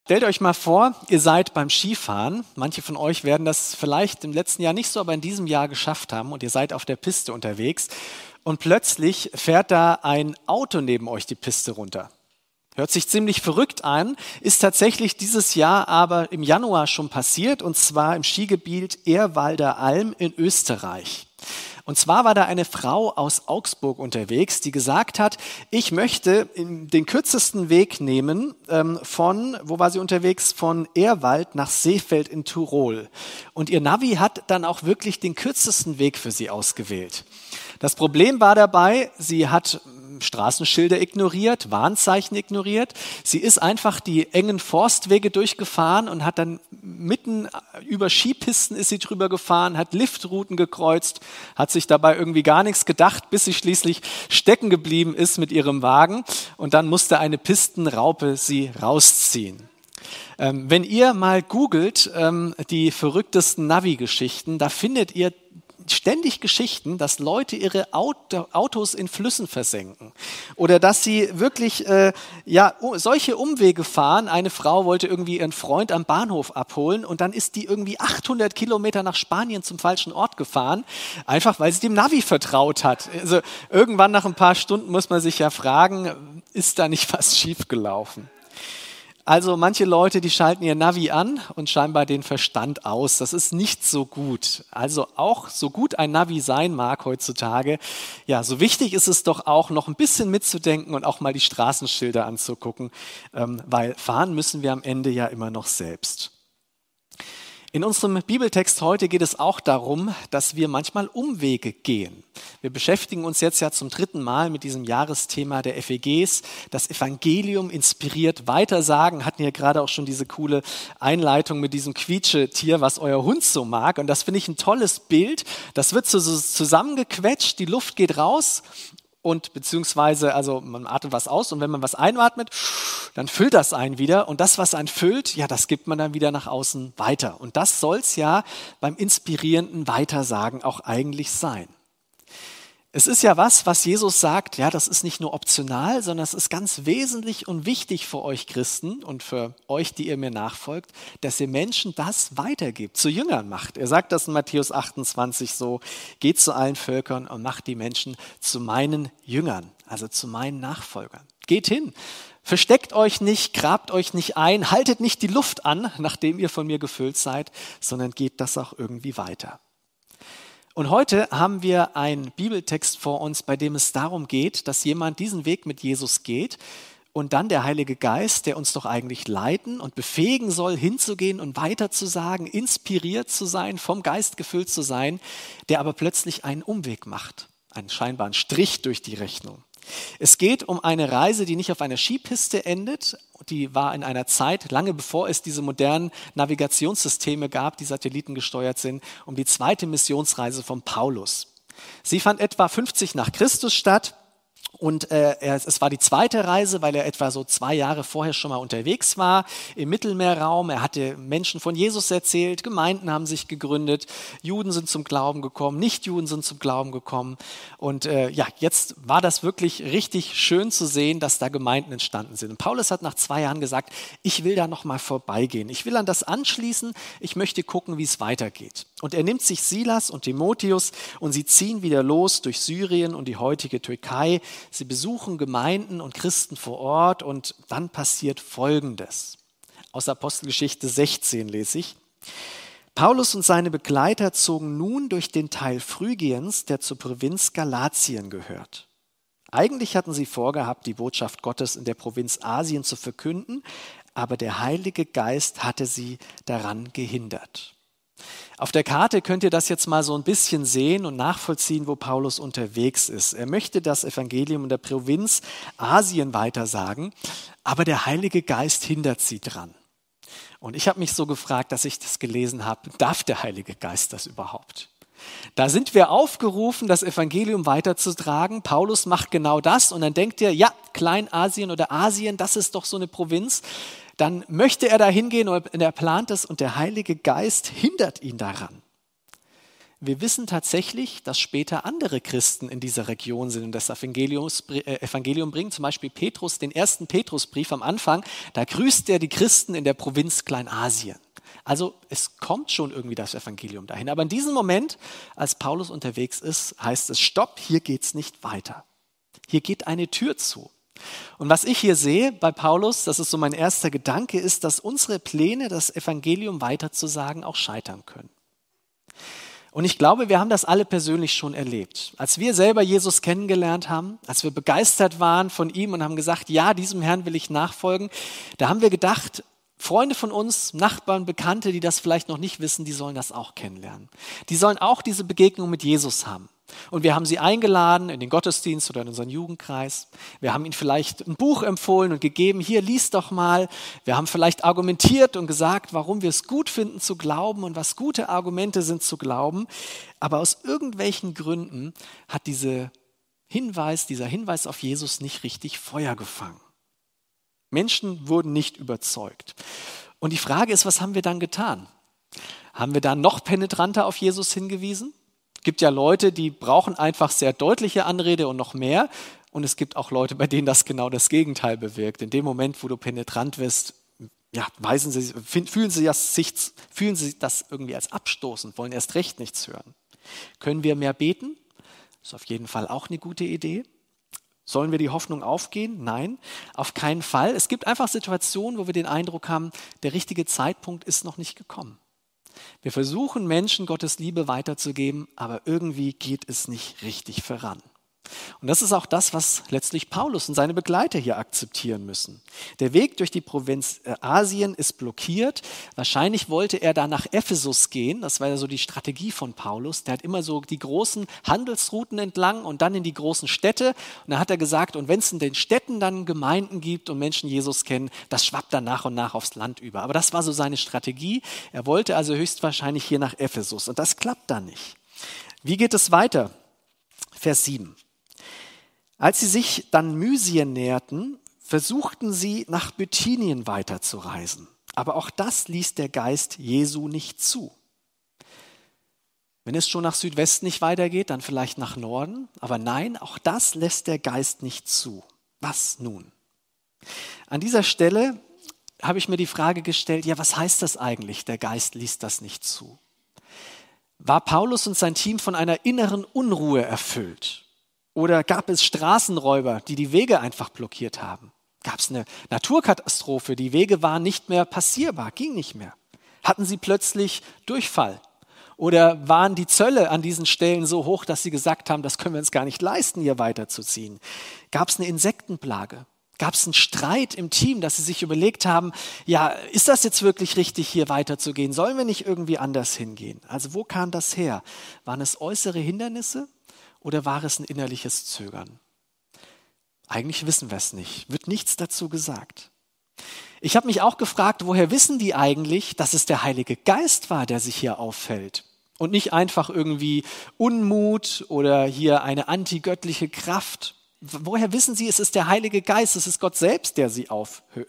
Stellt euch mal vor, ihr seid beim Skifahren. Manche von euch werden das vielleicht im letzten Jahr nicht so, aber in diesem Jahr geschafft haben und ihr seid auf der Piste unterwegs und plötzlich fährt da ein Auto neben euch die Piste runter. Hört sich ziemlich verrückt an, ist tatsächlich dieses Jahr aber im Januar schon passiert und zwar im Skigebiet Ehrwalder Alm in Österreich. Und zwar war da eine Frau aus Augsburg unterwegs, die gesagt hat, ich möchte den kürzesten Weg nehmen wo war sie unterwegs? Von Ehrwald nach Seefeld in Tirol. Und ihr Navi hat dann auch wirklich den kürzesten Weg für sie ausgewählt. Das Problem war dabei, sie hat Straßenschilder ignoriert, Warnzeichen ignoriert. Sie ist einfach die engen Forstwege durchgefahren und hat dann mitten über Skipisten ist sie drüber gefahren, hat Liftrouten gekreuzt, hat sich dabei irgendwie gar nichts gedacht, bis sie schließlich stecken geblieben ist mit ihrem Wagen und dann musste eine Pistenraupe sie rausziehen. Wenn ihr mal googelt, die verrücktesten Navi-Geschichten, da findet ihr ständig Geschichten, dass Leute ihre Autos in Flüssen versenken oder dass sie wirklich solche Umwege fahren. Eine Frau wollte irgendwie ihren Freund am Bahnhof abholen und dann ist die irgendwie 800 Kilometer nach Spanien zum falschen Ort gefahren, einfach weil sie dem Navi vertraut hat. Also irgendwann nach ein paar Stunden muss man sich ja fragen, ist da nicht was schiefgelaufen? Also manche Leute, die schalten ihr Navi an und scheinbar den Verstand aus. Das ist nicht so gut. Also auch so gut ein Navi sein mag heutzutage, ja, so wichtig ist es doch auch, noch ein bisschen mitzudenken und auch mal die Straßenschilder anzugucken, weil fahren müssen wir am Ende ja immer noch selbst. In unserem Bibeltext heute geht es auch darum, dass wir manchmal Umwege gehen. Wir beschäftigen uns jetzt ja zum 3. Mal mit diesem Jahresthema der FEGs. Das Evangelium inspiriert Weitersagen. Hatten hier gerade auch schon diese coole Einleitung mit diesem Quietschetier, was euer Hund so mag. Und das finde ich ein tolles Bild. Das wird so zusammengequetscht, die Luft geht raus. Und beziehungsweise, also man atmet was aus und wenn man was einatmet, dann füllt das einen wieder. Und das, was einen füllt, ja, das gibt man dann wieder nach außen weiter. Und das soll es ja beim inspirierenden Weitersagen auch eigentlich sein. Es ist ja was Jesus sagt, ja, das ist nicht nur optional, sondern es ist ganz wesentlich und wichtig für euch Christen und für euch, die ihr mir nachfolgt, dass ihr Menschen das weitergebt, zu Jüngern macht. Er sagt das in Matthäus 28 so, geht zu allen Völkern und macht die Menschen zu meinen Jüngern, also zu meinen Nachfolgern. Geht hin, versteckt euch nicht, grabt euch nicht ein, haltet nicht die Luft an, nachdem ihr von mir gefüllt seid, sondern gebt das auch irgendwie weiter. Und heute haben wir einen Bibeltext vor uns, bei dem es darum geht, dass jemand diesen Weg mit Jesus geht und dann der Heilige Geist, der uns doch eigentlich leiten und befähigen soll, hinzugehen und weiterzusagen, inspiriert zu sein, vom Geist gefüllt zu sein, der aber plötzlich einen Umweg macht, einen scheinbaren Strich durch die Rechnung. Es geht um eine Reise, die nicht auf einer Skipiste endet. Die war in einer Zeit, lange bevor es diese modernen Navigationssysteme gab, die satellitengesteuert sind, um die zweite Missionsreise von Paulus. Sie fand etwa 50 nach Christus statt. Und es war die zweite Reise, weil er etwa so 2 Jahre vorher schon mal unterwegs war im Mittelmeerraum. Er hatte Menschen von Jesus erzählt, Gemeinden haben sich gegründet, Juden sind zum Glauben gekommen, Nichtjuden sind zum Glauben gekommen. Und jetzt war das wirklich richtig schön zu sehen, dass da Gemeinden entstanden sind. Und Paulus hat nach 2 Jahren gesagt, ich will da noch mal vorbeigehen. Ich will an das anschließen, ich möchte gucken, wie es weitergeht. Und er nimmt sich Silas und Timotheus und sie ziehen wieder los durch Syrien und die heutige Türkei. Sie besuchen Gemeinden und Christen vor Ort und dann passiert Folgendes. Aus Apostelgeschichte 16 lese ich. Paulus und seine Begleiter zogen nun durch den Teil Phrygiens, der zur Provinz Galatien gehört. Eigentlich hatten sie vorgehabt, die Botschaft Gottes in der Provinz Asien zu verkünden, aber der Heilige Geist hatte sie daran gehindert. Auf der Karte könnt ihr das jetzt mal so ein bisschen sehen und nachvollziehen, wo Paulus unterwegs ist. Er möchte das Evangelium in der Provinz Asien weitersagen, aber der Heilige Geist hindert sie dran. Und ich habe mich so gefragt, dass ich das gelesen habe, darf der Heilige Geist das überhaupt? Da sind wir aufgerufen, das Evangelium weiterzutragen. Paulus macht genau das und dann denkt ihr, ja, Kleinasien oder Asien, das ist doch so eine Provinz. Dann möchte er da hingehen und er plant es und der Heilige Geist hindert ihn daran. Wir wissen tatsächlich, dass später andere Christen in dieser Region sind und das Evangelium bringen. Zum Beispiel Petrus, den ersten Petrusbrief am Anfang, da grüßt er die Christen in der Provinz Kleinasien. Also es kommt schon irgendwie das Evangelium dahin. Aber in diesem Moment, als Paulus unterwegs ist, heißt es, stopp, hier geht's nicht weiter. Hier geht eine Tür zu. Und was ich hier sehe bei Paulus, das ist so mein erster Gedanke, ist, dass unsere Pläne, das Evangelium weiterzusagen, auch scheitern können. Und ich glaube, wir haben das alle persönlich schon erlebt. Als wir selber Jesus kennengelernt haben, als wir begeistert waren von ihm und haben gesagt, ja, diesem Herrn will ich nachfolgen, da haben wir gedacht, Freunde von uns, Nachbarn, Bekannte, die das vielleicht noch nicht wissen, die sollen das auch kennenlernen. Die sollen auch diese Begegnung mit Jesus haben. Und wir haben sie eingeladen in den Gottesdienst oder in unseren Jugendkreis. Wir haben ihnen vielleicht ein Buch empfohlen und gegeben, hier, lies doch mal. Wir haben vielleicht argumentiert und gesagt, warum wir es gut finden zu glauben und was gute Argumente sind zu glauben. Aber aus irgendwelchen Gründen hat dieser Hinweis auf Jesus nicht richtig Feuer gefangen. Menschen wurden nicht überzeugt. Und die Frage ist, was haben wir dann getan? Haben wir dann noch penetranter auf Jesus hingewiesen? Es gibt ja Leute, die brauchen einfach sehr deutliche Anrede und noch mehr. Und es gibt auch Leute, bei denen das genau das Gegenteil bewirkt. In dem Moment, wo du penetrant wirst, ja, fühlen sie das irgendwie als abstoßend, wollen erst recht nichts hören. Können wir mehr beten? Das ist auf jeden Fall auch eine gute Idee. Sollen wir die Hoffnung aufgehen? Nein, auf keinen Fall. Es gibt einfach Situationen, wo wir den Eindruck haben, der richtige Zeitpunkt ist noch nicht gekommen. Wir versuchen, Menschen Gottes Liebe weiterzugeben, aber irgendwie geht es nicht richtig voran. Und das ist auch das, was letztlich Paulus und seine Begleiter hier akzeptieren müssen. Der Weg durch die Provinz Asien ist blockiert. Wahrscheinlich wollte er da nach Ephesus gehen. Das war ja so die Strategie von Paulus. Der hat immer so die großen Handelsrouten entlang und dann in die großen Städte. Und da hat er gesagt, und wenn es in den Städten dann Gemeinden gibt und Menschen Jesus kennen, das schwappt dann nach und nach aufs Land über. Aber das war so seine Strategie. Er wollte also höchstwahrscheinlich hier nach Ephesus. Und das klappt dann nicht. Wie geht es weiter? Vers 7. Als sie sich dann Mysien näherten, versuchten sie, nach Bithynien weiterzureisen. Aber auch das ließ der Geist Jesu nicht zu. Wenn es schon nach Südwesten nicht weitergeht, dann vielleicht nach Norden. Aber nein, auch das lässt der Geist nicht zu. Was nun? An dieser Stelle habe ich mir die Frage gestellt, ja, was heißt das eigentlich, der Geist ließ das nicht zu? War Paulus und sein Team von einer inneren Unruhe erfüllt? Oder gab es Straßenräuber, die die Wege einfach blockiert haben? Gab es eine Naturkatastrophe, die Wege waren nicht mehr passierbar, ging nicht mehr? Hatten sie plötzlich Durchfall? Oder waren die Zölle an diesen Stellen so hoch, dass sie gesagt haben, das können wir uns gar nicht leisten, hier weiterzuziehen? Gab es eine Insektenplage? Gab es einen Streit im Team, dass sie sich überlegt haben, ja, ist das jetzt wirklich richtig, hier weiterzugehen? Sollen wir nicht irgendwie anders hingehen? Also wo kam das her? Waren es äußere Hindernisse? Oder war es ein innerliches Zögern? Eigentlich wissen wir es nicht. Wird nichts dazu gesagt. Ich habe mich auch gefragt, woher wissen die eigentlich, dass es der Heilige Geist war, der sich hier auffällt? Und nicht einfach irgendwie Unmut oder hier eine antigöttliche Kraft. Woher wissen sie, es ist der Heilige Geist, es ist Gott selbst, der sie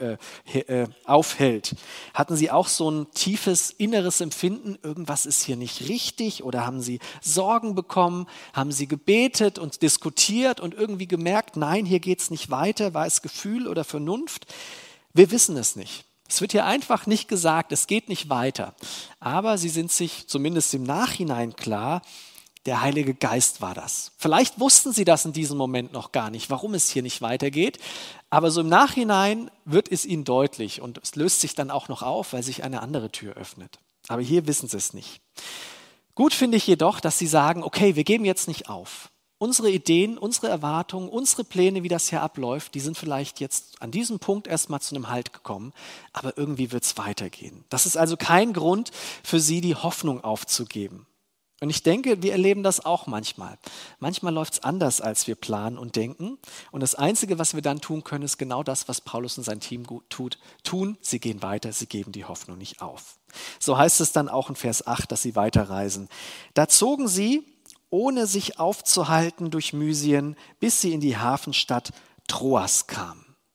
aufhält? Hatten sie auch so ein tiefes inneres Empfinden, irgendwas ist hier nicht richtig? Oder haben sie Sorgen bekommen? Haben sie gebetet und diskutiert und irgendwie gemerkt, nein, hier geht es nicht weiter? War es Gefühl oder Vernunft? Wir wissen es nicht. Es wird hier einfach nicht gesagt, es geht nicht weiter. Aber sie sind sich zumindest im Nachhinein klar, der Heilige Geist war das. Vielleicht wussten sie das in diesem Moment noch gar nicht, warum es hier nicht weitergeht. Aber so im Nachhinein wird es ihnen deutlich und es löst sich dann auch noch auf, weil sich eine andere Tür öffnet. Aber hier wissen sie es nicht. Gut finde ich jedoch, dass sie sagen, okay, wir geben jetzt nicht auf. Unsere Ideen, unsere Erwartungen, unsere Pläne, wie das hier abläuft, die sind vielleicht jetzt an diesem Punkt erstmal zu einem Halt gekommen, aber irgendwie wird es weitergehen. Das ist also kein Grund für sie, die Hoffnung aufzugeben. Und ich denke, wir erleben das auch manchmal. Manchmal läuft es anders, als wir planen und denken. Und das Einzige, was wir dann tun können, ist genau das, was Paulus und sein Team tun. Sie gehen weiter, sie geben die Hoffnung nicht auf. So heißt es dann auch in Vers 8, dass sie weiterreisen. Da zogen sie, ohne sich aufzuhalten, durch Mysien, bis sie in die Hafenstadt Troas kamen.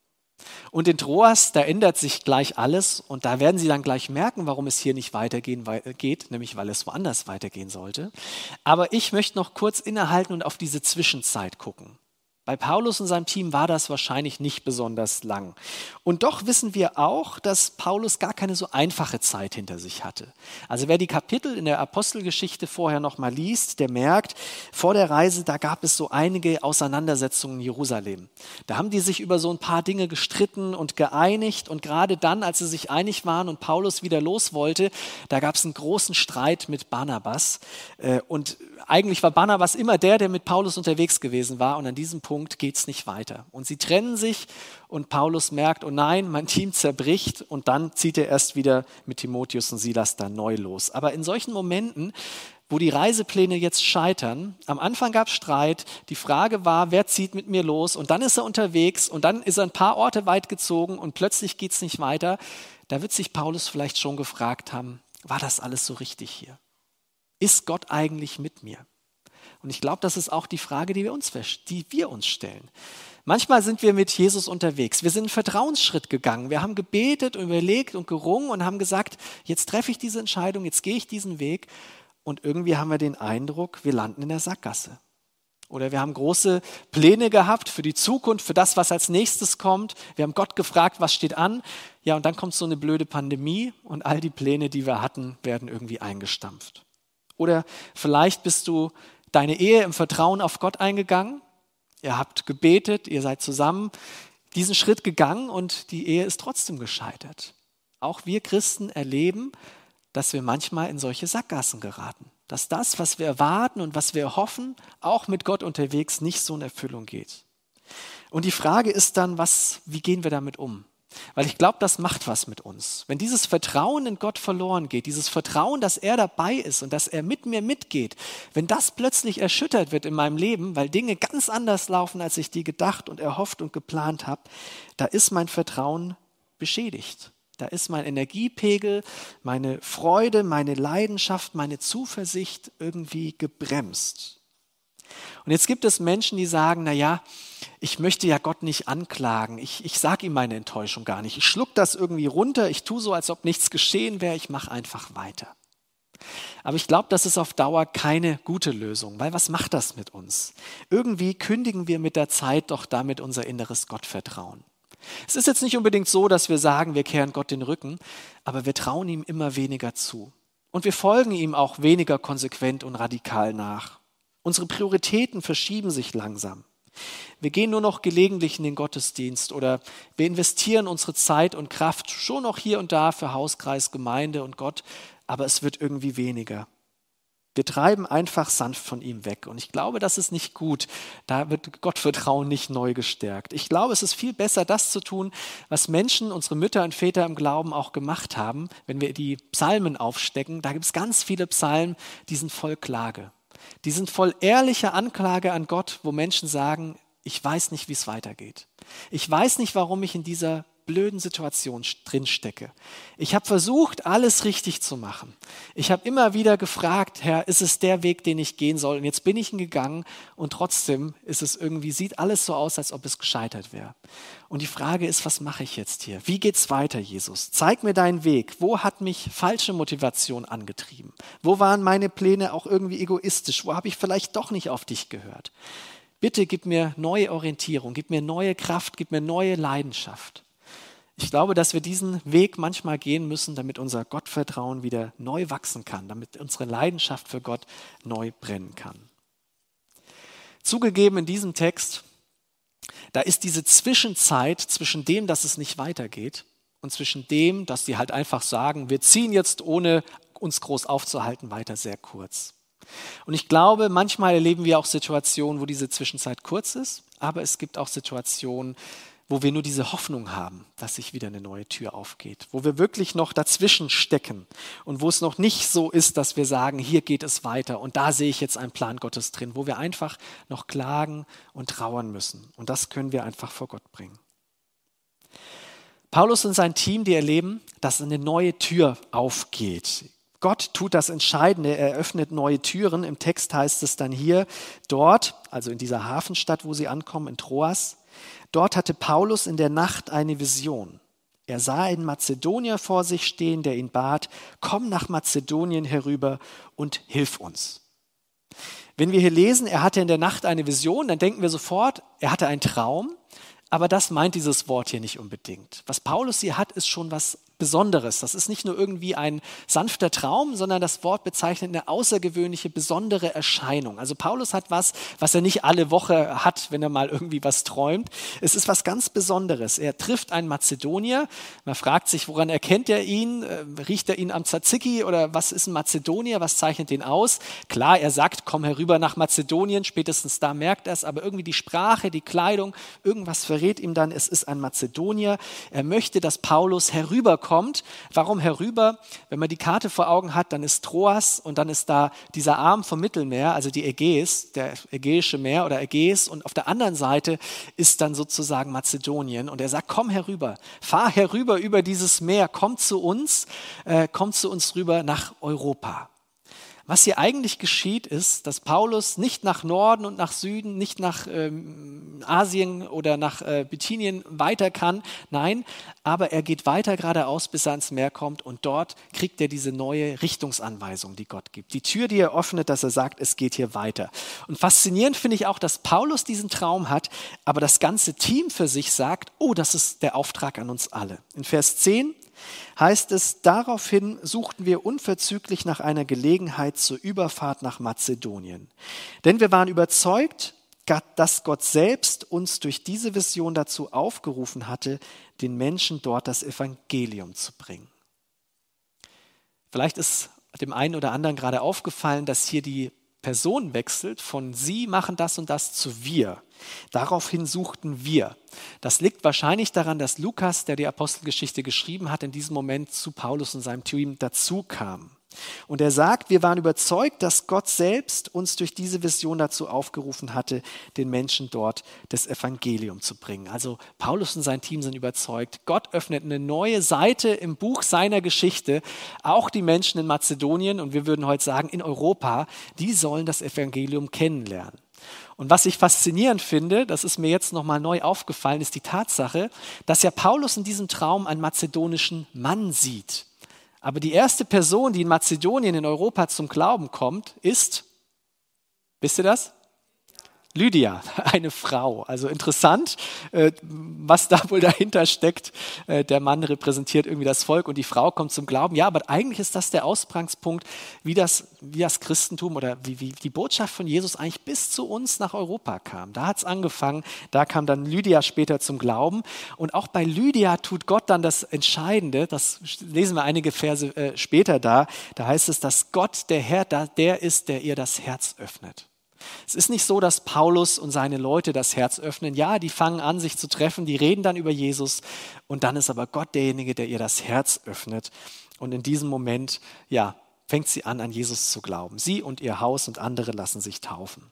Und in Troas, da ändert sich gleich alles und da werden sie dann gleich merken, warum es hier nicht weitergehen geht, nämlich weil es woanders weitergehen sollte. Aber ich möchte noch kurz innehalten und auf diese Zwischenzeit gucken. Bei Paulus und seinem Team war das wahrscheinlich nicht besonders lang. Und doch wissen wir auch, dass Paulus gar keine so einfache Zeit hinter sich hatte. Also wer die Kapitel in der Apostelgeschichte vorher noch mal liest, der merkt, vor der Reise, da gab es so einige Auseinandersetzungen in Jerusalem. Da haben die sich über so ein paar Dinge gestritten und geeinigt. Und gerade dann, als sie sich einig waren und Paulus wieder los wollte, da gab es einen großen Streit mit Barnabas. Und eigentlich war Barnabas immer der mit Paulus unterwegs gewesen war. Und an diesem Punkt geht es nicht weiter. Und sie trennen sich und Paulus merkt, oh nein, mein Team zerbricht und dann zieht er erst wieder mit Timotheus und Silas dann neu los. Aber in solchen Momenten, wo die Reisepläne jetzt scheitern, am Anfang gab es Streit, die Frage war, wer zieht mit mir los und dann ist er unterwegs und dann ist er ein paar Orte weit gezogen und plötzlich geht es nicht weiter, da wird sich Paulus vielleicht schon gefragt haben, war das alles so richtig hier? Ist Gott eigentlich mit mir? Und ich glaube, das ist auch die Frage, die wir uns stellen. Manchmal sind wir mit Jesus unterwegs. Wir sind einen Vertrauensschritt gegangen. Wir haben gebetet und überlegt und gerungen und haben gesagt, jetzt treffe ich diese Entscheidung, jetzt gehe ich diesen Weg. Und irgendwie haben wir den Eindruck, wir landen in der Sackgasse. Oder wir haben große Pläne gehabt für die Zukunft, für das, was als nächstes kommt. Wir haben Gott gefragt, was steht an? Ja, und dann kommt so eine blöde Pandemie und all die Pläne, die wir hatten, werden irgendwie eingestampft. Oder vielleicht bist du deine Ehe im Vertrauen auf Gott eingegangen. Ihr habt gebetet, ihr seid zusammen diesen Schritt gegangen und die Ehe ist trotzdem gescheitert. Auch wir Christen erleben, dass wir manchmal in solche Sackgassen geraten. Dass das, was wir erwarten und was wir hoffen, auch mit Gott unterwegs nicht so in Erfüllung geht. Und die Frage ist dann, wie gehen wir damit um? Weil ich glaube, das macht was mit uns. Wenn dieses Vertrauen in Gott verloren geht, dieses Vertrauen, dass er dabei ist und dass er mit mir mitgeht, wenn das plötzlich erschüttert wird in meinem Leben, weil Dinge ganz anders laufen, als ich die gedacht und erhofft und geplant habe, da ist mein Vertrauen beschädigt. Da ist mein Energiepegel, meine Freude, meine Leidenschaft, meine Zuversicht irgendwie gebremst. Und jetzt gibt es Menschen, die sagen, naja, ich möchte ja Gott nicht anklagen, ich sage ihm meine Enttäuschung gar nicht, ich schluck das irgendwie runter, ich tue so, als ob nichts geschehen wäre, ich mache einfach weiter. Aber ich glaube, das ist auf Dauer keine gute Lösung, weil was macht das mit uns? Irgendwie kündigen wir mit der Zeit doch damit unser inneres Gottvertrauen. Es ist jetzt nicht unbedingt so, dass wir sagen, wir kehren Gott den Rücken, aber wir trauen ihm immer weniger zu. Und wir folgen ihm auch weniger konsequent und radikal nach. Unsere Prioritäten verschieben sich langsam. Wir gehen nur noch gelegentlich in den Gottesdienst oder wir investieren unsere Zeit und Kraft schon noch hier und da für Hauskreis, Gemeinde und Gott, aber es wird irgendwie weniger. Wir treiben einfach sanft von ihm weg und ich glaube, das ist nicht gut. Da wird Gottvertrauen nicht neu gestärkt. Ich glaube, es ist viel besser, das zu tun, was Menschen, unsere Mütter und Väter im Glauben auch gemacht haben. Wenn wir die Psalmen aufstecken, da gibt es ganz viele Psalmen, die sind voll Klage. Die sind voll ehrlicher Anklage an Gott, wo Menschen sagen, ich weiß nicht, wie es weitergeht. Ich weiß nicht, warum ich in dieser blöden Situation drinstecke. Ich habe versucht, alles richtig zu machen. Ich habe immer wieder gefragt, Herr, ist es der Weg, den ich gehen soll? Und jetzt bin ich ihn gegangen und trotzdem sieht alles so aus, als ob es gescheitert wäre. Und die Frage ist, was mache ich jetzt hier? Wie geht's weiter, Jesus? Zeig mir deinen Weg. Wo hat mich falsche Motivation angetrieben? Wo waren meine Pläne auch irgendwie egoistisch? Wo habe ich vielleicht doch nicht auf dich gehört? Bitte gib mir neue Orientierung, gib mir neue Kraft, gib mir neue Leidenschaft. Ich glaube, dass wir diesen Weg manchmal gehen müssen, damit unser Gottvertrauen wieder neu wachsen kann, damit unsere Leidenschaft für Gott neu brennen kann. Zugegeben in diesem Text, da ist diese Zwischenzeit zwischen dem, dass es nicht weitergeht und zwischen dem, dass die halt einfach sagen, wir ziehen jetzt, ohne uns groß aufzuhalten, weiter, sehr kurz. Und ich glaube, manchmal erleben wir auch Situationen, wo diese Zwischenzeit kurz ist, aber es gibt auch Situationen, wo wir nur diese Hoffnung haben, dass sich wieder eine neue Tür aufgeht, wo wir wirklich noch dazwischen stecken und wo es noch nicht so ist, dass wir sagen, hier geht es weiter und da sehe ich jetzt einen Plan Gottes drin, wo wir einfach noch klagen und trauern müssen. Und das können wir einfach vor Gott bringen. Paulus und sein Team, die erleben, dass eine neue Tür aufgeht. Gott tut das Entscheidende, er öffnet neue Türen. Im Text heißt es dann hier, dort, also in dieser Hafenstadt, wo sie ankommen, in Troas, Dort hatte Paulus in der Nacht eine Vision. Er sah einen Mazedonier vor sich stehen, der ihn bat, komm nach Mazedonien herüber und hilf uns. Wenn wir hier lesen, er hatte in der Nacht eine Vision, dann denken wir sofort, er hatte einen Traum, aber das meint dieses Wort hier nicht unbedingt. Was Paulus hier hat, ist schon was Besonderes. Das ist nicht nur irgendwie ein sanfter Traum, sondern das Wort bezeichnet eine außergewöhnliche, besondere Erscheinung. Also Paulus hat was er nicht alle Woche hat, wenn er mal irgendwie was träumt. Es ist was ganz Besonderes. Er trifft einen Mazedonier. Man fragt sich, woran erkennt er ihn? Riecht er ihn am Tzatziki oder was ist ein Mazedonier? Was zeichnet den aus? Klar, er sagt, komm herüber nach Mazedonien. Spätestens da merkt er es, aber irgendwie die Sprache, die Kleidung, irgendwas verrät ihm dann, es ist ein Mazedonier. Er möchte, dass Paulus herüberkommt. Warum herüber? Wenn man die Karte vor Augen hat, dann ist Troas und dann ist da dieser Arm vom Mittelmeer, also die Ägäis, der Ägäische Meer oder Ägäis, und auf der anderen Seite ist dann sozusagen Mazedonien und er sagt, komm herüber, fahr herüber über dieses Meer, komm zu uns rüber nach Europa. Was hier eigentlich geschieht, ist, dass Paulus nicht nach Norden und nach Süden, nicht nach Asien oder nach Bithynien weiter kann. Nein, aber er geht weiter geradeaus, bis er ans Meer kommt und dort kriegt er diese neue Richtungsanweisung, die Gott gibt. Die Tür, die er öffnet, dass er sagt, es geht hier weiter. Und faszinierend finde ich auch, dass Paulus diesen Traum hat, aber das ganze Team für sich sagt, oh, das ist der Auftrag an uns alle. In Vers 10 heißt es, daraufhin suchten wir unverzüglich nach einer Gelegenheit zur Überfahrt nach Mazedonien. Denn wir waren überzeugt, dass Gott selbst uns durch diese Vision dazu aufgerufen hatte, den Menschen dort das Evangelium zu bringen. Vielleicht ist dem einen oder anderen gerade aufgefallen, dass hier die Person wechselt von sie machen das und das zu wir. Daraufhin suchten wir. Das liegt wahrscheinlich daran, dass Lukas, der die Apostelgeschichte geschrieben hat, in diesem Moment zu Paulus und seinem Team dazu kam. Und er sagt, wir waren überzeugt, dass Gott selbst uns durch diese Vision dazu aufgerufen hatte, den Menschen dort das Evangelium zu bringen. Also Paulus und sein Team sind überzeugt, Gott öffnet eine neue Seite im Buch seiner Geschichte. Auch die Menschen in Mazedonien und wir würden heute sagen in Europa, die sollen das Evangelium kennenlernen. Und was ich faszinierend finde, das ist mir jetzt nochmal neu aufgefallen, ist die Tatsache, dass ja Paulus in diesem Traum einen mazedonischen Mann sieht. Aber die erste Person, die in Mazedonien in Europa zum Glauben kommt, ist, wisst ihr das? Lydia, eine Frau. Also interessant, was da wohl dahinter steckt. Der Mann repräsentiert irgendwie das Volk und die Frau kommt zum Glauben. Ja, aber eigentlich ist das der Ausgangspunkt, wie das Christentum oder wie die Botschaft von Jesus eigentlich bis zu uns nach Europa kam. Da hat es angefangen, da kam dann Lydia später zum Glauben. Und auch bei Lydia tut Gott dann das Entscheidende, das lesen wir einige Verse später da heißt es, dass Gott, der Herr, der ist, der ihr das Herz öffnet. Es ist nicht so, dass Paulus und seine Leute das Herz öffnen. Ja, die fangen an, sich zu treffen, die reden dann über Jesus und dann ist aber Gott derjenige, der ihr das Herz öffnet. Und in diesem Moment, ja, fängt sie an Jesus zu glauben. Sie und ihr Haus und andere lassen sich taufen.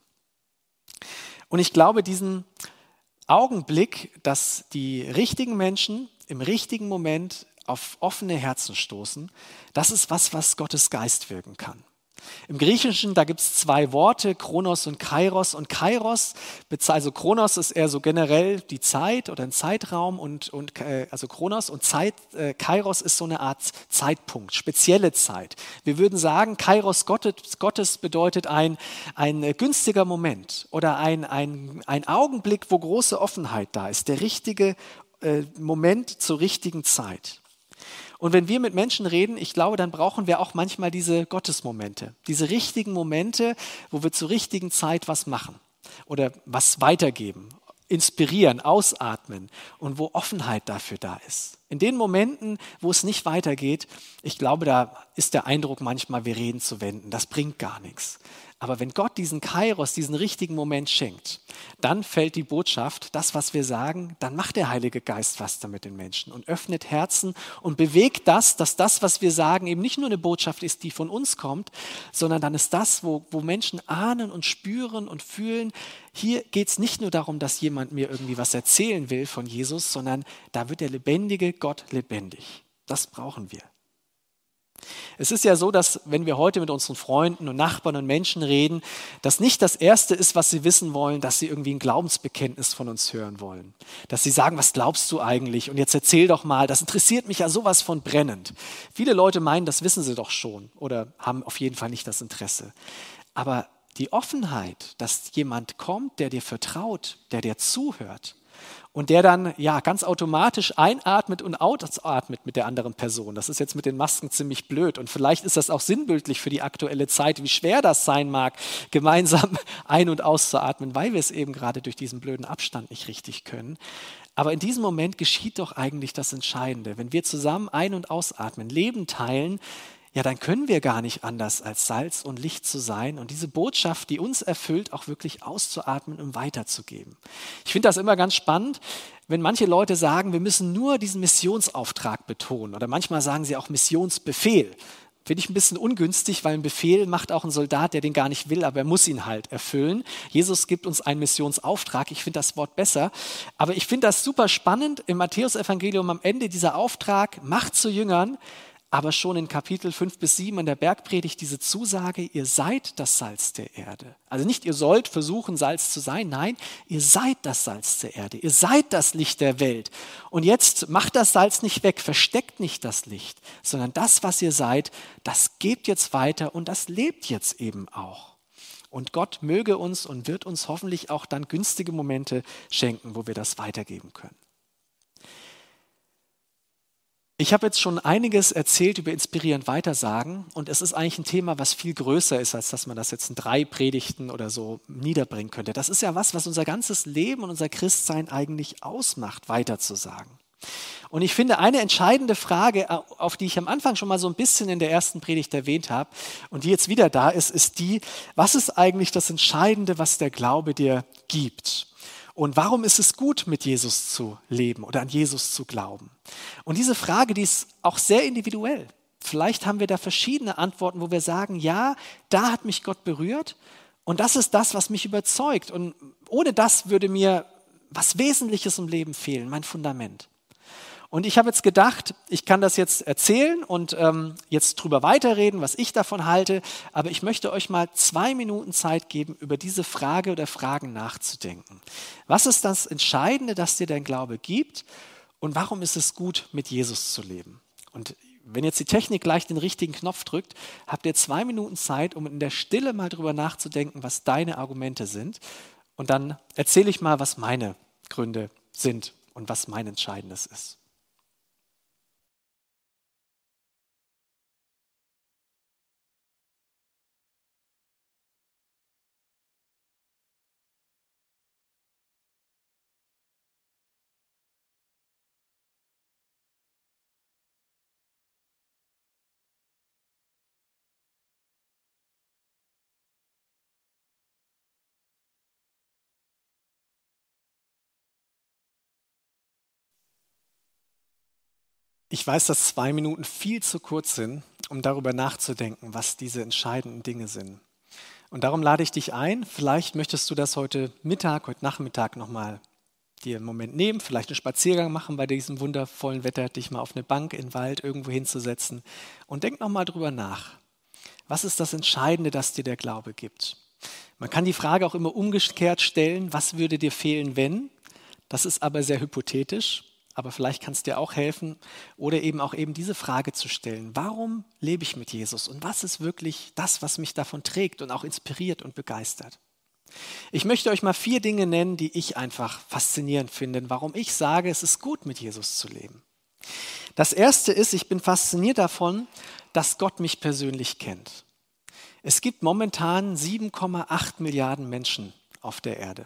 Und ich glaube, diesen Augenblick, dass die richtigen Menschen im richtigen Moment auf offene Herzen stoßen, das ist was Gottes Geist wirken kann. Im Griechischen, da gibt es zwei Worte, Chronos und Kairos. Und Kairos, also Chronos ist eher so generell die Zeit oder ein Zeitraum also Chronos und Kairos ist so eine Art Zeitpunkt, spezielle Zeit. Wir würden sagen, Kairos Gottes bedeutet ein günstiger Moment oder ein Augenblick, wo große Offenheit da ist, der richtige Moment zur richtigen Zeit. Und wenn wir mit Menschen reden, ich glaube, dann brauchen wir auch manchmal diese Gottesmomente, diese richtigen Momente, wo wir zur richtigen Zeit was machen oder was weitergeben, inspirieren, ausatmen und wo Offenheit dafür da ist. In den Momenten, wo es nicht weitergeht, ich glaube, da ist der Eindruck manchmal, wir reden zu wenden, das bringt gar nichts. Aber wenn Gott diesen Kairos, diesen richtigen Moment schenkt, dann fällt die Botschaft, das, was wir sagen, dann macht der Heilige Geist was damit den Menschen und öffnet Herzen und bewegt das, dass das, was wir sagen, eben nicht nur eine Botschaft ist, die von uns kommt, sondern dann ist das, wo Menschen ahnen und spüren und fühlen, hier geht es nicht nur darum, dass jemand mir irgendwie was erzählen will von Jesus, sondern da wird der lebendige Gott lebendig. Das brauchen wir. Es ist ja so, dass wenn wir heute mit unseren Freunden und Nachbarn und Menschen reden, das nicht das Erste ist, was sie wissen wollen, dass sie irgendwie ein Glaubensbekenntnis von uns hören wollen. Dass sie sagen, was glaubst du eigentlich? Und jetzt erzähl doch mal, das interessiert mich ja sowas von brennend. Viele Leute meinen, das wissen sie doch schon oder haben auf jeden Fall nicht das Interesse. Aber die Offenheit, dass jemand kommt, der dir vertraut, der dir zuhört, und der dann ja ganz automatisch einatmet und ausatmet mit der anderen Person. Das ist jetzt mit den Masken ziemlich blöd und vielleicht ist das auch sinnbildlich für die aktuelle Zeit, wie schwer das sein mag, gemeinsam ein- und auszuatmen, weil wir es eben gerade durch diesen blöden Abstand nicht richtig können. Aber in diesem Moment geschieht doch eigentlich das Entscheidende. Wenn wir zusammen ein- und ausatmen, Leben teilen, ja, dann können wir gar nicht anders, als Salz und Licht zu sein und diese Botschaft, die uns erfüllt, auch wirklich auszuatmen und weiterzugeben. Ich finde das immer ganz spannend, wenn manche Leute sagen, wir müssen nur diesen Missionsauftrag betonen oder manchmal sagen sie auch Missionsbefehl. Finde ich ein bisschen ungünstig, weil ein Befehl macht auch ein Soldat, der den gar nicht will, aber er muss ihn halt erfüllen. Jesus gibt uns einen Missionsauftrag. Ich finde das Wort besser. Aber ich finde das super spannend. Im Matthäusevangelium am Ende dieser Auftrag, macht zu Jüngern, aber schon in Kapitel 5 bis 7 in der Bergpredigt diese Zusage, ihr seid das Salz der Erde. Also nicht, ihr sollt versuchen, Salz zu sein. Nein, ihr seid das Salz der Erde. Ihr seid das Licht der Welt. Und jetzt macht das Salz nicht weg, versteckt nicht das Licht, sondern das, was ihr seid, das gebt jetzt weiter und das lebt jetzt eben auch. Und Gott möge uns und wird uns hoffentlich auch dann günstige Momente schenken, wo wir das weitergeben können. Ich habe jetzt schon einiges erzählt über inspirierend Weitersagen und es ist eigentlich ein Thema, was viel größer ist, als dass man das jetzt in 3 Predigten oder so niederbringen könnte. Das ist ja was unser ganzes Leben und unser Christsein eigentlich ausmacht, weiterzusagen. Und ich finde, eine entscheidende Frage, auf die ich am Anfang schon mal so ein bisschen in der ersten Predigt erwähnt habe und die jetzt wieder da ist, ist die, was ist eigentlich das Entscheidende, was der Glaube dir gibt? Und warum ist es gut, mit Jesus zu leben oder an Jesus zu glauben? Und diese Frage, die ist auch sehr individuell. Vielleicht haben wir da verschiedene Antworten, wo wir sagen, ja, da hat mich Gott berührt und das ist das, was mich überzeugt. Und ohne das würde mir was Wesentliches im Leben fehlen, mein Fundament. Und ich habe jetzt gedacht, ich kann das jetzt erzählen und jetzt drüber weiterreden, was ich davon halte, aber ich möchte euch mal 2 Minuten Zeit geben, über diese Frage oder Fragen nachzudenken. Was ist das Entscheidende, das dir dein Glaube gibt und warum ist es gut, mit Jesus zu leben? Und wenn jetzt die Technik gleich den richtigen Knopf drückt, habt ihr 2 Minuten Zeit, um in der Stille mal drüber nachzudenken, was deine Argumente sind. Und dann erzähle ich mal, was meine Gründe sind und was mein Entscheidendes ist. Ich weiß, dass 2 Minuten viel zu kurz sind, um darüber nachzudenken, was diese entscheidenden Dinge sind. Und darum lade ich dich ein, vielleicht möchtest du das heute Mittag, heute Nachmittag nochmal dir einen Moment nehmen, vielleicht einen Spaziergang machen bei diesem wundervollen Wetter, dich mal auf eine Bank in den Wald irgendwo hinzusetzen und denk nochmal drüber nach. Was ist das Entscheidende, das dir der Glaube gibt? Man kann die Frage auch immer umgekehrt stellen, was würde dir fehlen, wenn? Das ist aber sehr hypothetisch. Aber vielleicht kann es dir auch helfen oder eben auch eben diese Frage zu stellen. Warum lebe ich mit Jesus und was ist wirklich das, was mich davon trägt und auch inspiriert und begeistert? Ich möchte euch mal 4 Dinge nennen, die ich einfach faszinierend finde, warum ich sage, es ist gut, mit Jesus zu leben. Das erste ist, ich bin fasziniert davon, dass Gott mich persönlich kennt. Es gibt momentan 7,8 Milliarden Menschen auf der Erde.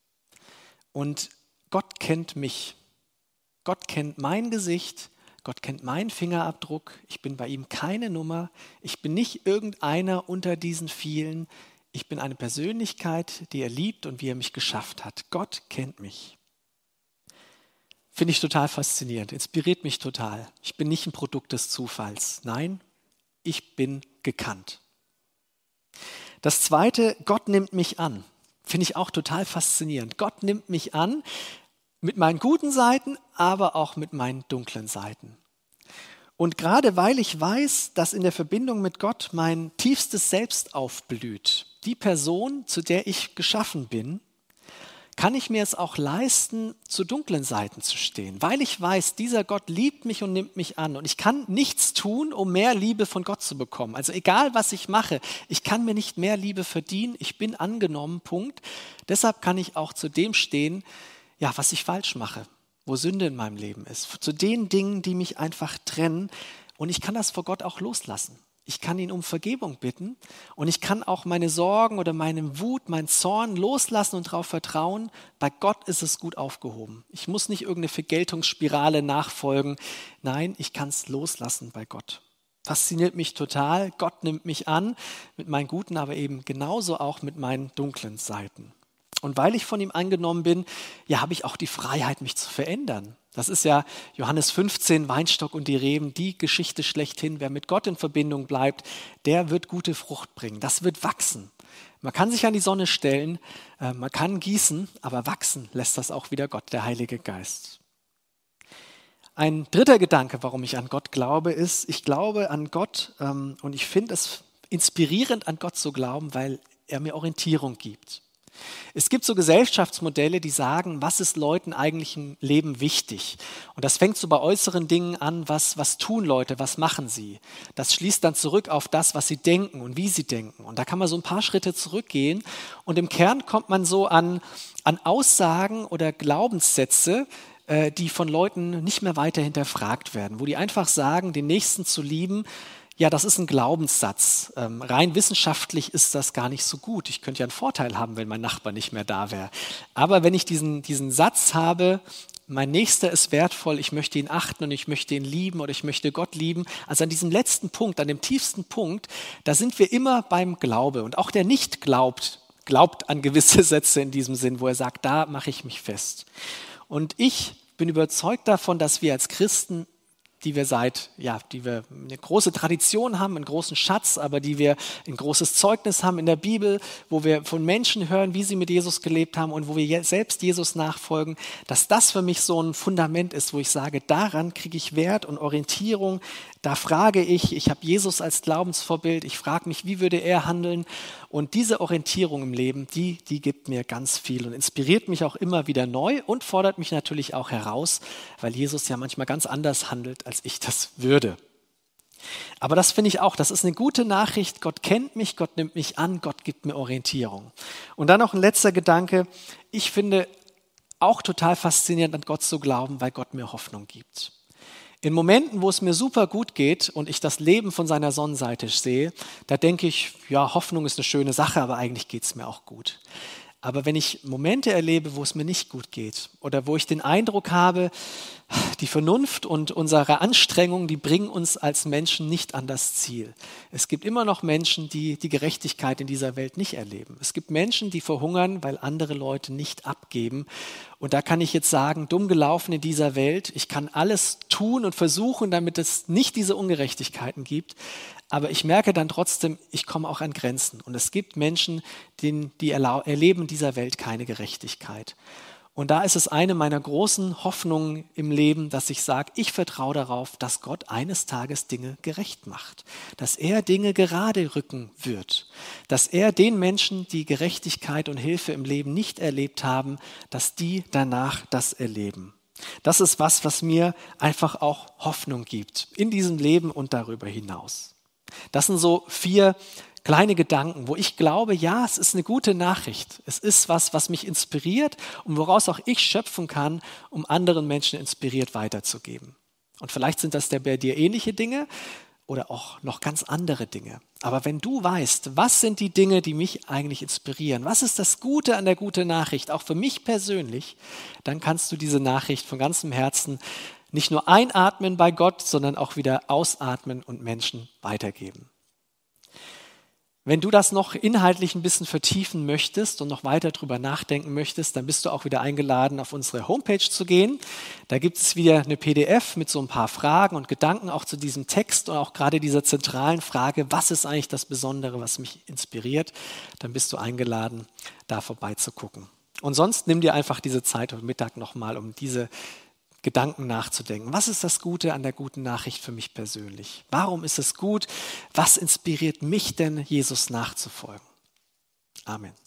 Und Gott kennt mich. Gott kennt mein Gesicht, Gott kennt meinen Fingerabdruck, ich bin bei ihm keine Nummer, ich bin nicht irgendeiner unter diesen vielen, ich bin eine Persönlichkeit, die er liebt und wie er mich geschafft hat. Gott kennt mich. Finde ich total faszinierend, inspiriert mich total. Ich bin nicht ein Produkt des Zufalls, nein, ich bin gekannt. Das zweite, Gott nimmt mich an, finde ich auch total faszinierend. Gott nimmt mich an, mit meinen guten Seiten, aber auch mit meinen dunklen Seiten. Und gerade weil ich weiß, dass in der Verbindung mit Gott mein tiefstes Selbst aufblüht, die Person, zu der ich geschaffen bin, kann ich mir es auch leisten, zu dunklen Seiten zu stehen, weil ich weiß, dieser Gott liebt mich und nimmt mich an und ich kann nichts tun, um mehr Liebe von Gott zu bekommen. Also egal, was ich mache, ich kann mir nicht mehr Liebe verdienen, ich bin angenommen, Punkt. Deshalb kann ich auch zu dem stehen, ja, was ich falsch mache, wo Sünde in meinem Leben ist, zu den Dingen, die mich einfach trennen und ich kann das vor Gott auch loslassen. Ich kann ihn um Vergebung bitten und ich kann auch meine Sorgen oder meine Wut, meinen Zorn loslassen und darauf vertrauen, bei Gott ist es gut aufgehoben. Ich muss nicht irgendeine Vergeltungsspirale nachfolgen. Nein, ich kann es loslassen bei Gott. Fasziniert mich total. Gott nimmt mich an mit meinen guten, aber eben genauso auch mit meinen dunklen Seiten. Und weil ich von ihm angenommen bin, ja, habe ich auch die Freiheit, mich zu verändern. Das ist ja Johannes 15, Weinstock und die Reben, die Geschichte schlechthin. Wer mit Gott in Verbindung bleibt, der wird gute Frucht bringen. Das wird wachsen. Man kann sich an die Sonne stellen, man kann gießen, aber wachsen lässt das auch wieder Gott, der Heilige Geist. Ein dritter Gedanke, warum ich an Gott glaube, ist, ich glaube an Gott und ich finde es inspirierend, an Gott zu glauben, weil er mir Orientierung gibt. Es gibt so Gesellschaftsmodelle, die sagen, was ist Leuten eigentlich im Leben wichtig? Und das fängt so bei äußeren Dingen an, was tun Leute, was machen sie? Das schließt dann zurück auf das, was sie denken und wie sie denken. Und da kann man so ein paar Schritte zurückgehen und im Kern kommt man so an Aussagen oder Glaubenssätze, die von Leuten nicht mehr weiter hinterfragt werden, wo die einfach sagen, den Nächsten zu lieben, ja, das ist ein Glaubenssatz. Rein wissenschaftlich ist das gar nicht so gut. Ich könnte ja einen Vorteil haben, wenn mein Nachbar nicht mehr da wäre. Aber wenn ich diesen Satz habe, mein Nächster ist wertvoll, ich möchte ihn achten und ich möchte ihn lieben oder ich möchte Gott lieben. Also an diesem letzten Punkt, an dem tiefsten Punkt, da sind wir immer beim Glaube. Und auch der nicht glaubt an gewisse Sätze in diesem Sinn, wo er sagt, da mache ich mich fest. Und ich bin überzeugt davon, dass wir als Christen die wir eine große Tradition haben, einen großen Schatz, aber die wir ein großes Zeugnis haben in der Bibel, wo wir von Menschen hören, wie sie mit Jesus gelebt haben und wo wir selbst Jesus nachfolgen, dass das für mich so ein Fundament ist, wo ich sage, daran kriege ich Wert und Orientierung. Da frage ich habe Jesus als Glaubensvorbild, ich frage mich, wie würde er handeln? Und diese Orientierung im Leben, die gibt mir ganz viel und inspiriert mich auch immer wieder neu und fordert mich natürlich auch heraus, weil Jesus ja manchmal ganz anders handelt, als ich das würde. Aber das finde ich auch, das ist eine gute Nachricht. Gott kennt mich, Gott nimmt mich an, Gott gibt mir Orientierung. Und dann noch ein letzter Gedanke. Ich finde auch total faszinierend, an Gott zu glauben, weil Gott mir Hoffnung gibt. In Momenten, wo es mir super gut geht und ich das Leben von seiner Sonnenseite sehe, da denke ich, ja, Hoffnung ist eine schöne Sache, aber eigentlich geht es mir auch gut. Aber wenn ich Momente erlebe, wo es mir nicht gut geht oder wo ich den Eindruck habe, die Vernunft und unsere Anstrengungen, die bringen uns als Menschen nicht an das Ziel. Es gibt immer noch Menschen, die die Gerechtigkeit in dieser Welt nicht erleben. Es gibt Menschen, die verhungern, weil andere Leute nicht abgeben. Und da kann ich jetzt sagen, dumm gelaufen in dieser Welt. Ich kann alles tun und versuchen, damit es nicht diese Ungerechtigkeiten gibt. Aber ich merke dann trotzdem, ich komme auch an Grenzen. Und es gibt Menschen, die erleben in dieser Welt keine Gerechtigkeit. Und da ist es eine meiner großen Hoffnungen im Leben, dass ich sage, ich vertraue darauf, dass Gott eines Tages Dinge gerecht macht, dass er Dinge gerade rücken wird, dass er den Menschen, die Gerechtigkeit und Hilfe im Leben nicht erlebt haben, dass die danach das erleben. Das ist was mir einfach auch Hoffnung gibt in diesem Leben und darüber hinaus. Das sind so 4 kleine Gedanken, wo ich glaube, ja, es ist eine gute Nachricht. Es ist was mich inspiriert und woraus auch ich schöpfen kann, um anderen Menschen inspiriert weiterzugeben. Und vielleicht sind das bei dir ähnliche Dinge oder auch noch ganz andere Dinge. Aber wenn du weißt, was sind die Dinge, die mich eigentlich inspirieren, was ist das Gute an der guten Nachricht, auch für mich persönlich, dann kannst du diese Nachricht von ganzem Herzen nicht nur einatmen bei Gott, sondern auch wieder ausatmen und Menschen weitergeben. Wenn du das noch inhaltlich ein bisschen vertiefen möchtest und noch weiter drüber nachdenken möchtest, dann bist du auch wieder eingeladen, auf unsere Homepage zu gehen. Da gibt es wieder eine PDF mit so ein paar Fragen und Gedanken auch zu diesem Text und auch gerade dieser zentralen Frage, was ist eigentlich das Besondere, was mich inspiriert? Dann bist du eingeladen, da vorbeizugucken. Und sonst nimm dir einfach diese Zeit heute Mittag nochmal, um diese Gedanken nachzudenken. Was ist das Gute an der guten Nachricht für mich persönlich? Warum ist es gut? Was inspiriert mich denn, Jesus nachzufolgen? Amen.